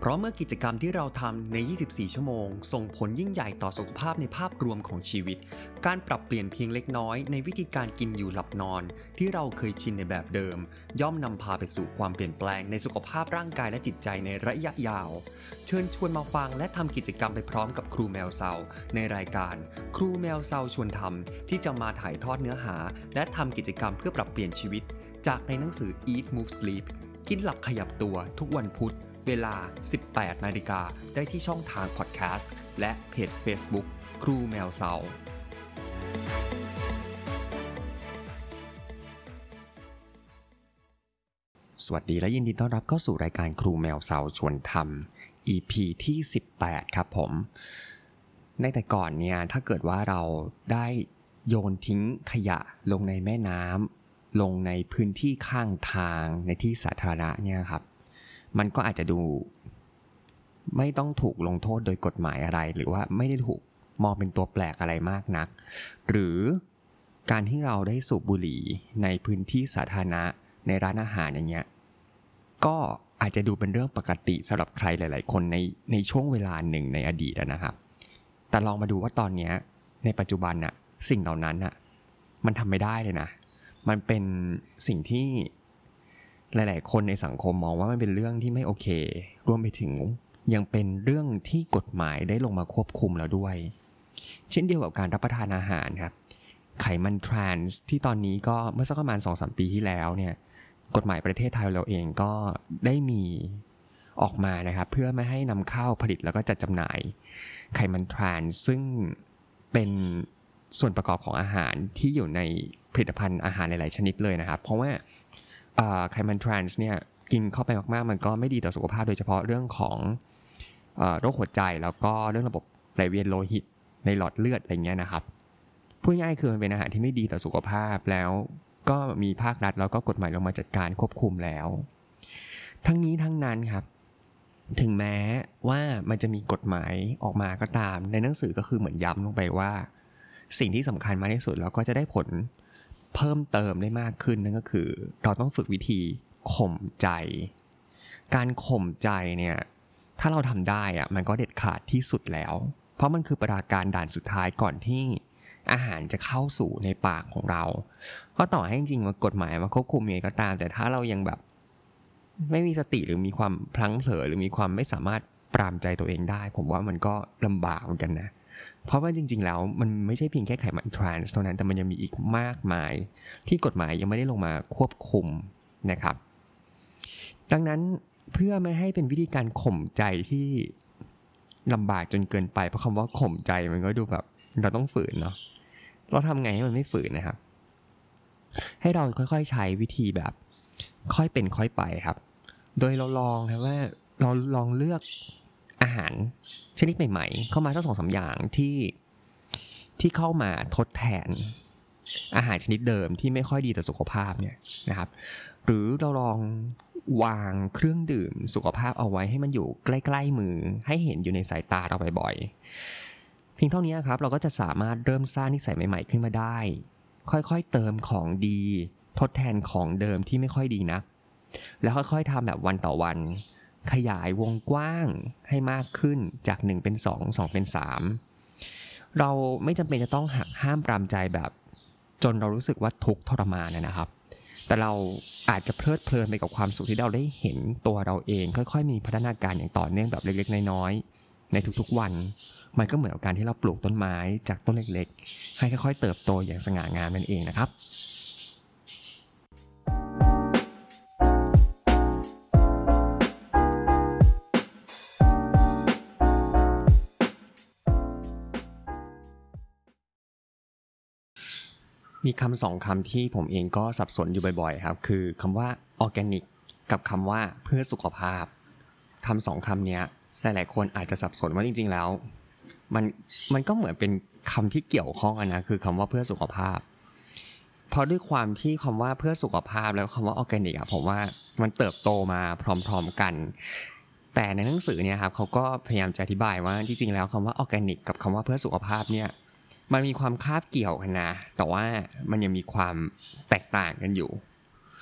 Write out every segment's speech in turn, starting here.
ราะเมื่อกิจกรรมที่เราทำใน 24 ชั่วโมงส่งผลยิ่งใหญ่ต่อสุขภาพในภาพรวมของชีวิตการปรับเปลี่ยนเพียงเล็กน้อยในวิธีการกินอยู่หลับนอนที่เราเคยชินในแบบเดิมย่อมนำพาไปสู่ความเปลี่ยนแปลงในสุขภาพร่างกายและจิตใจในระยะยาวเชิญชวนมาฟังและทำกิจกรรมไปพร้อมกับครูแมวเซาในรายการครูแมวเซาชวนทำที่จะมาถ่ายทอดเนื้อหาและทำกิจกรรมเพื่อปรับเปลี่ยนชีวิตจากในหนังสือ Eat Move Sleep กินหลับขยับตัวทุกวันพุธเวลา 18 นาฬิกาได้ที่ช่องทางพอดแคสต์และเพจ Facebook ครูแมวเซาสวัสดีและยินดีต้อนรับเข้าสู่รายการครูแมวเซาชวนทำ EP ที่ 18 ครับผมในแต่ก่อนเนี่ยถ้าเกิดว่าเราได้โยนทิ้งขยะลงในแม่น้ำลงในพื้นที่ข้างทางในที่สาธารณะเนี่ยครับมันก็อาจจะดูไม่ต้องถูกลงโทษโดยกฎหมายอะไรหรือว่าไม่ได้ถูกมองเป็นตัวแปลกอะไรมากนักหรือการที่เราได้สูบบุหรี่ในพื้นที่สาธารณะในร้านอาหารอย่างเงี้ยก็อาจจะดูเป็นเรื่องปกติสำหรับใครหลายๆคนในช่วงเวลาหนึ่งในอดีตนะครับแต่ลองมาดูว่าตอนนี้ในปัจจุบันน่ะสิ่งเหล่านั้นน่ะมันทำไม่ได้เลยนะมันเป็นสิ่งที่หลายๆคนในสังคมมองว่ามันเป็นเรื่องที่ไม่โอเครวมไปถึงยังเป็นเรื่องที่กฎหมายได้ลงมาควบคุมแล้วด้วยเช่นเดียวกับการรับประทานอาหารครับไขมันทรานส์ที่ตอนนี้ก็เมื่อสักประมาณ 2-3 ปีที่แล้วเนี่ยกฎหมายประเทศไทยเราเองก็ได้มีออกมานะครับเพื่อไม่ให้นำเข้าผลิตแล้วก็จัดจำหน่ายไขมันทรานส์ซึ่งเป็นส่วนประกอบของอาหารที่อยู่ในผลิตภัณฑ์อาหารหลายๆชนิดเลยนะครับเพราะว่าไขมันทรานส์เนี่ยกินเข้าไปมากๆมันก็ไม่ดีต่อสุขภาพโดยเฉพาะเรื่องของโรคหัวใจแล้วก็เรื่องระบบไหลเวียนโลหิตในหลอดเลือดอะไรเงี้ยนะครับพูดง่ายๆคือมันเป็นอาหารที่ไม่ดีต่อสุขภาพแล้วก็มีภาครัฐแล้วก็กฎหมายลงมาจัดการควบคุมแล้วทั้งนี้ทั้งนั้นครับถึงแม้ว่ามันจะมีกฎหมายออกมาก็ตามในหนังสือก็คือเหมือนย้ำลงไปว่าสิ่งที่สำคัญมากที่สุดแล้วก็จะได้ผลเพิ่มเติมได้มากขึ้นนั่นก็คือเราต้องฝึกวิธีข่มใจการข่มใจเนี่ยถ้าเราทำได้อะมันก็เด็ดขาดที่สุดแล้วเพราะมันคือปราการด่านสุดท้ายก่อนที่อาหารจะเข้าสู่ในปากของเราเพราะต่อให้จริงๆกฎหมายมาควบคุมยังไงก็ตามแต่ถ้าเรายังแบบไม่มีสติหรือมีความพลั้งเผลอหรือมีความไม่สามารถปรามใจตัวเองได้ผมว่ามันก็ลำบากเหมือนกันนะเพราะว่าจริงๆแล้วมันไม่ใช่เพียงแค่ไขมันทรานส์เท่านั้นแต่มันยังมีอีกมากมายที่กฎหมายยังไม่ได้ลงมาควบคุมนะครับดังนั้นเพื่อไม่ให้เป็นวิธีการข่มใจที่ลำบากจนเกินไปเพราะคำว่าข่มใจมันก็ดูแบบเราต้องฝืนเนาะเราทำไงให้มันไม่ฝืนนะครับให้เราค่อยๆใช้วิธีแบบค่อยเป็นค่อยไปครับโดยเราลองครับว่าเราลองเลือกอาหารชนิดใหม่ๆเข้ามาสัก 2-3 อย่างที่เข้ามาทดแทนอาหารชนิดเดิมที่ไม่ค่อยดีต่อสุขภาพเนี่ยนะครับหรือเราลองวางเครื่องดื่มสุขภาพเอาไว้ให้มันอยู่ใกล้ๆมือให้เห็นอยู่ในสายตาเราบ่อยๆเพียงเท่านี้ครับเราก็จะสามารถเริ่มสร้างนิสัยใหม่ๆขึ้นมาได้ค่อยๆเติมของดีทดแทนของเดิมที่ไม่ค่อยดีนักแล้วค่อยๆทำแบบวันต่อวันขยายวงกว้างให้มากขึ้นจาก1เป็น2 2เป็น3เราไม่จำเป็นจะต้องหักห้ามปรามใจแบบจนเรารู้สึกว่าทุกข์ทรมานนะครับแต่เราอาจจะเพลิดเพลินไปกับความสุขที่เราได้เห็นตัวเราเองค่อยๆมีพัฒนาการอย่างต่อเนื่องแบบเล็กๆน้อยๆในทุกๆวันมันก็เหมือนกับการที่เราปลูกต้นไม้จากต้นเล็กๆให้ค่อยๆเติบโตอย่างสง่างามนั่นเองนะครับมีคำ2คำที่ผมเองก็สับสนอยู่บ่อยๆครับคือคำว่าออร์แกนิกกับคำว่าเพื่อสุขภาพคำ2คำนี้หลายๆคนอาจจะสับสนว่าจริงๆแล้วมันก็เหมือนเป็นคำที่เกี่ยวข้องกันนะคือคำว่าเพื่อสุขภาพเพราะด้วยความที่คำว่าเพื่อสุขภาพแล้วคำว่าออร์แกนิกอะผมว่ามันเติบโตมาพร้อมๆกันแต่ในหนังสือเนี่ยครับเขาก็พยายามจะอธิบายว่าจริงๆแล้วคำว่าออร์แกนิกกับคำว่าเพื่อสุขภาพเนี่ยมันมีความคาบเกี่ยวกันนะแต่ว่ามันยังมีความแตกต่างกันอยู่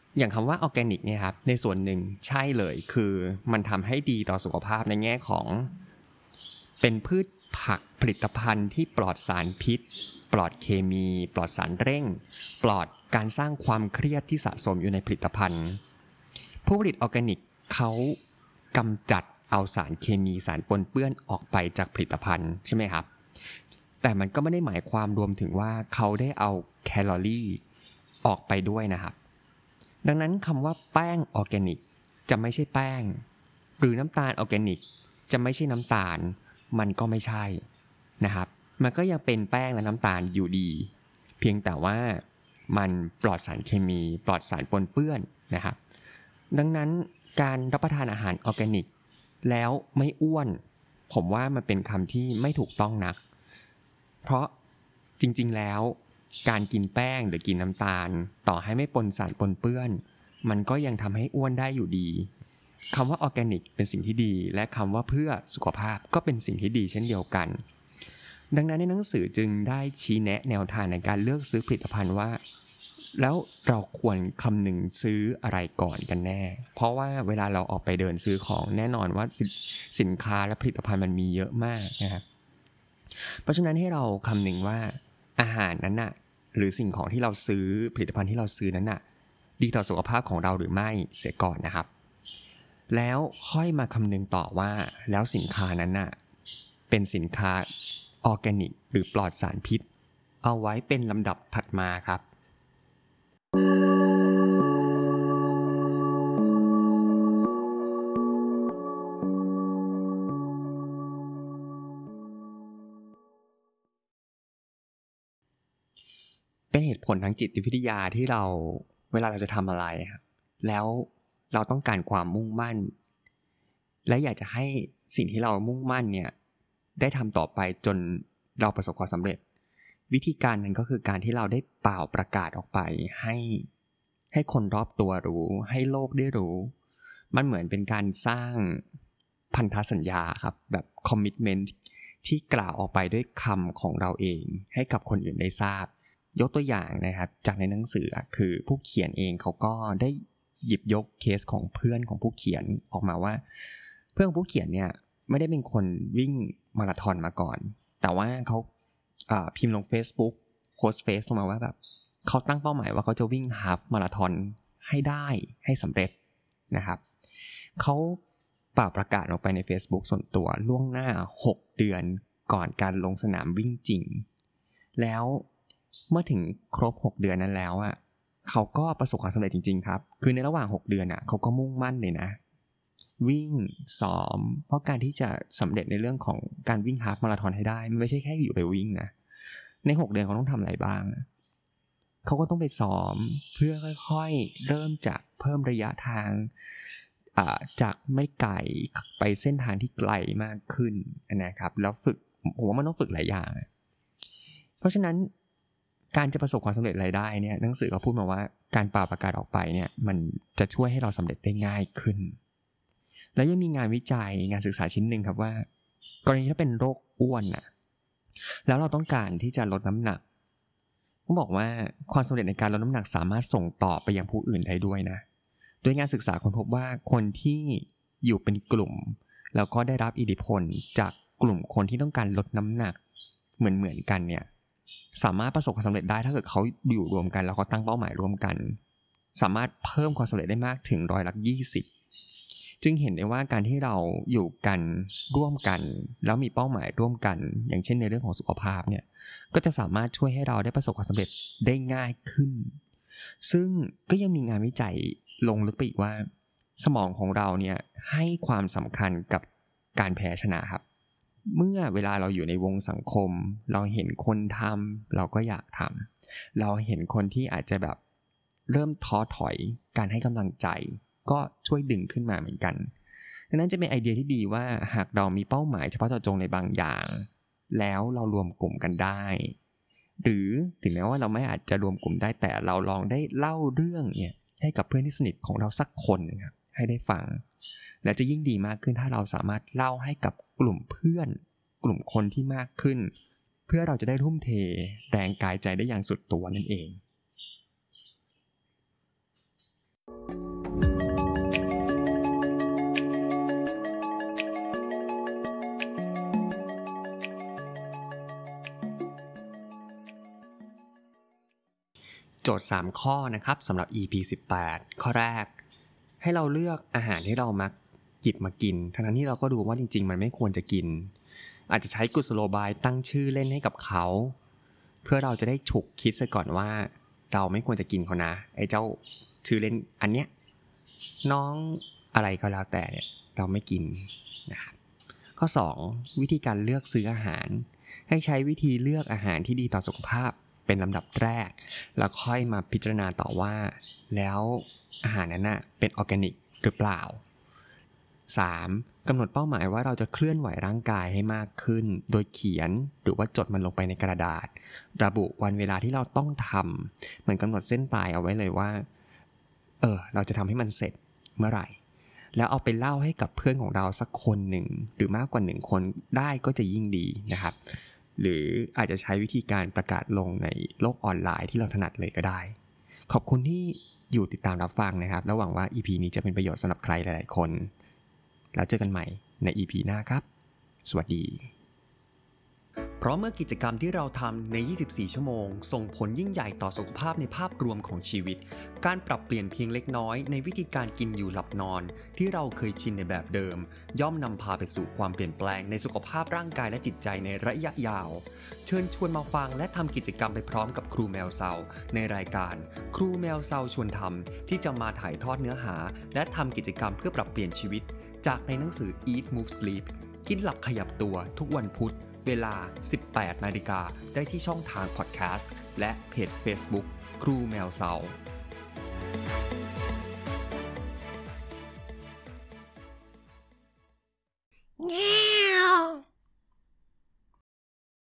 อย่างคำว่าออร์แกนิกเนี่ยครับในส่วนหนึ่งใช่เลยคือมันทำให้ดีต่อสุขภาพในแง่ของเป็นพืชผักผลิตภัณฑ์ที่ปลอดสารพิษปลอดเคมีปลอดสารเร่งปลอดการสร้างความเครียดที่สะสมอยู่ในผลิตภัณฑ์ผู้ผลิตออร์แกนิกเขากำจัดเอาสารเคมีสารปนเปื้อนออกไปจากผลิตภัณฑ์ใช่ไหมครับแต่มันก็ไม่ได้หมายความรวมถึงว่าเขาได้เอาแคลอรี่ออกไปด้วยนะครับดังนั้นคำว่าแป้งออร์แกนิกจะไม่ใช่แป้งหรือน้ำตาลออร์แกนิกจะไม่ใช่น้ำตาลมันก็ไม่ใช่นะครับมันก็ยังเป็นแป้งและน้ำตาลอยู่ดีเพียงแต่ว่ามันปลอดสารเคมีปลอดสารปนเปื้อนนะครับดังนั้นการรับประทานอาหารออร์แกนิกแล้วไม่อ้วนผมว่ามันเป็นคำที่ไม่ถูกต้องนักเพราะจริงๆแล้วการกินแป้งหรือกินน้ำตาลต่อให้ไม่ปนสารปนเปื้อนมันก็ยังทำให้อ้วนได้อยู่ดีคำว่าออร์แกนิกเป็นสิ่งที่ดีและคำว่าเพื่อสุขภาพก็เป็นสิ่งที่ดีเช่นเดียวกันดังนั้นในหนังสือจึงได้ชี้แนะแนวทางในการเลือกซื้อผลิตภัณฑ์ว่าแล้วเราควรคำนึงซื้ออะไรก่อนกันแน่เพราะว่าเวลาเราออกไปเดินซื้อของแน่นอนว่าสินค้าและผลิตภัณฑ์มันมีเยอะมากนะครับเพราะฉะนั้นให้เราคำนึงว่าอาหารนั้นน่ะหรือสิ่งของที่เราซื้อผลิตภัณฑ์ที่เราซื้อนั้นน่ะดีต่อสุขภาพของเราหรือไม่เสียก่อนนะครับแล้วค่อยมาคำนึงต่อว่าแล้วสินค้านั้นน่ะเป็นสินค้าออร์แกนิกหรือปลอดสารพิษเอาไว้เป็นลำดับถัดมาครับเป็นเหตุผลทางจิตวิทยาที่เราเวลาเราจะทำอะไรครับแล้วเราต้องการความมุ่งมั่นและอยากจะให้สิ่งที่เรามุ่งมั่นเนี่ยได้ทำต่อไปจนเราประสบความสำเร็จวิธีการนั้นก็คือการที่เราได้เป่าประกาศออกไปให้คนรอบตัวรู้ให้โลกได้รู้มันเหมือนเป็นการสร้างพันธสัญญาครับแบบคอมมิตเมนต์ที่กล่าวออกไปด้วยคำของเราเองให้กับคนอื่นได้ทราบยกตัวอย่างนะครับจากในหนังสือคือผู้เขียนเองเขาก็ได้หยิบยกเคสของเพื่อนของผู้เขียนออกมาว่าเพื่อนของผู้เขียนเนี่ยไม่ได้เป็นคนวิ่งมาราธอนมาก่อนแต่ว่าเขาพิมพ์ลง Facebook โพสต์เฟซลงมาว่าแบบเขาตั้งเป้าหมายว่าเขาจะวิ่งฮาล์ฟมาราธอนให้ได้ให้สำเร็จนะครับเขาป่าประกาศออกไปใน Facebook ส่วนตัวล่วงหน้า6เดือนก่อนการลงสนามวิ่งจริงแล้วเมื่อถึงครบ6เดือนนั้นแล้วอ่ะเขาก็ประสบความสำเร็จจริงๆครับคือในระหว่าง6เดือนอ่ะเขาก็มุ่งมั่นเลยนะวิ่งซ้อมเพราะการที่จะสำเร็จในเรื่องของการวิ่งฮาล์ฟมาราธอนให้ได้มันไม่ใช่แค่อยู่ไปวิ่งนะใน6เดือนเขาต้องทำอะไรบ้างเขาก็ต้องไปซ้อมเพื่อค่อยๆเริ่มจากเพิ่มระยะทางจากไม่ไกลไปเส้นทางที่ไกลมากขึ้นนะครับแล้วฝึกผมว่ามันต้องฝึกหลายอย่างเพราะฉะนั้นการจะประสบความสำเร็จรายได้เนี่ยหนังสือก็พูดมาว่าการป่าประกาศออกไปเนี่ยมันจะช่วยให้เราสำเร็จได้ง่ายขึ้นแล้วยังมีงานวิจัยงานศึกษาชิ้นหนึ่งครับว่ากรณีถ้าเป็นโรคอ้วนน่ะแล้วเราต้องการที่จะลดน้ำหนักต้องบอกว่าความสำเร็จในการลดน้ำหนักสามารถส่งต่อไปยังผู้อื่นได้ด้วยนะโดยงานศึกษาค้นพบว่าคนที่อยู่เป็นกลุ่มแล้วก็ได้รับอิทธิพลจากกลุ่มคนที่ต้องการลดน้ำหนักเหมือนกันเนี่ยสามารถประสบความสำเร็จได้ถ้าเกิดเขาอยู่รวมกันแล้วเขาตั้งเป้าหมายร่วมกันสามารถเพิ่มความสำเร็จได้มากถึง20%จึงเห็นได้ว่าการที่เราอยู่กันร่วมกันแล้วมีเป้าหมายร่วมกันอย่างเช่นในเรื่องของสุขภาพเนี่ยก็จะสามารถช่วยให้เราได้ประสบความสำเร็จได้ง่ายขึ้นซึ่งก็ยังมีงานวิจัยลงลึกไปอีกว่าสมองของเราเนี่ยให้ความสำคัญกับการแพ้ชนะครับเมื่อเวลาเราอยู่ในวงสังคมเราเห็นคนทำเราก็อยากทำเราเห็นคนที่อาจจะแบบเริ่มท้อถอยการให้กำลังใจก็ช่วยดึงขึ้นมาเหมือนกันดังนั้นจะเป็นไอเดียที่ดีว่าหากเรามีเป้าหมายเฉพาะเจาะจงในบางอย่างแล้วเรารวมกลุ่มกันได้หรือถึงแม้ว่าเราไม่อาจจะรวมกลุ่มได้แต่เราลองได้เล่าเรื่องเนี่ยให้กับเพื่อนที่สนิทของเราสักคนนึงครับให้ได้ฟังและจะยิ่งดีมากขึ้นถ้าเราสามารถเล่าให้กับกลุ่มเพื่อนกลุ่มคนที่มากขึ้นเพื่อเราจะได้ทุ่มเทแรงกายใจได้อย่างสุดตัวนั่นเองจทย์3ข้อนะครับสำหรับ EP 18ข้อแรกให้เราเลือกอาหารที่เรามักหยิบมากินทั้งที่เราก็รู้ว่าจริงๆมันไม่ควรจะกินอาจจะใช้กุศโลบายตั้งชื่อเล่นให้กับเขาเพื่อเราจะได้ฉุกคิดซะก่อนว่าเราไม่ควรจะกินเขานะไอ้เจ้าชื่อเล่นอันเนี้ยน้องอะไรก็แล้วแต่เนี่ยเราไม่กินนะครับข้อ2วิธีการเลือกซื้ออาหารให้ใช้วิธีเลือกอาหารที่ดีต่อสุขภาพเป็นลำดับแรกแล้วค่อยมาพิจารณาต่อว่าแล้วอาหารนั้นน่ะเป็นออร์แกนิกหรือเปล่า 3. กำหนดเป้าหมายว่าเราจะเคลื่อนไหวร่างกายให้มากขึ้นโดยเขียนหรือว่าจดมันลงไปในกระดาษระบุวันเวลาที่เราต้องทำเหมือนกำหนดเส้นตายเอาไว้เลยว่าเราจะทำให้มันเสร็จเมื่อไหร่แล้วเอาไปเล่าให้กับเพื่อนของเราสักคนหนึ่งหรือมากกว่า1คนได้ก็จะยิ่งดีนะครับหรืออาจจะใช้วิธีการประกาศลงในโลกออนไลน์ที่เราถนัดเลยก็ได้ขอบคุณที่อยู่ติดตามรับฟังนะครับและหวังว่า EP นี้จะเป็นประโยชน์สำหรับใครหลายๆคนแล้วเจอกันใหม่ใน EP หน้าครับสวัสดีเพราะเมื่อกิจกรรมที่เราทำใน24ชั่วโมงส่งผลยิ่งใหญ่ต่อสุขภาพในภาพรวมของชีวิตการปรับเปลี่ยนเพียงเล็กน้อยในวิธีการกินอยู่หลับนอนที่เราเคยชินในแบบเดิมย่อมนำพาไปสู่ความเปลี่ยนแปลงในสุขภาพร่างกายและจิตใจในระยะยาวเชิญชวนมาฟังและทำกิจกรรมไปพร้อมกับครูแมวเซาในรายการครูแมวเซาชวนทำที่จะมาถ่ายทอดเนื้อหาและทำกิจกรรมเพื่อปรับเปลี่ยนชีวิตจากในหนังสือ Eat Move Sleep กินหลับขยับตัวทุกวันพุธเวลา 18 นาฬิกาได้ที่ช่องทางพอดแคสต์และเพจ Facebook ครูแมวเซาแง่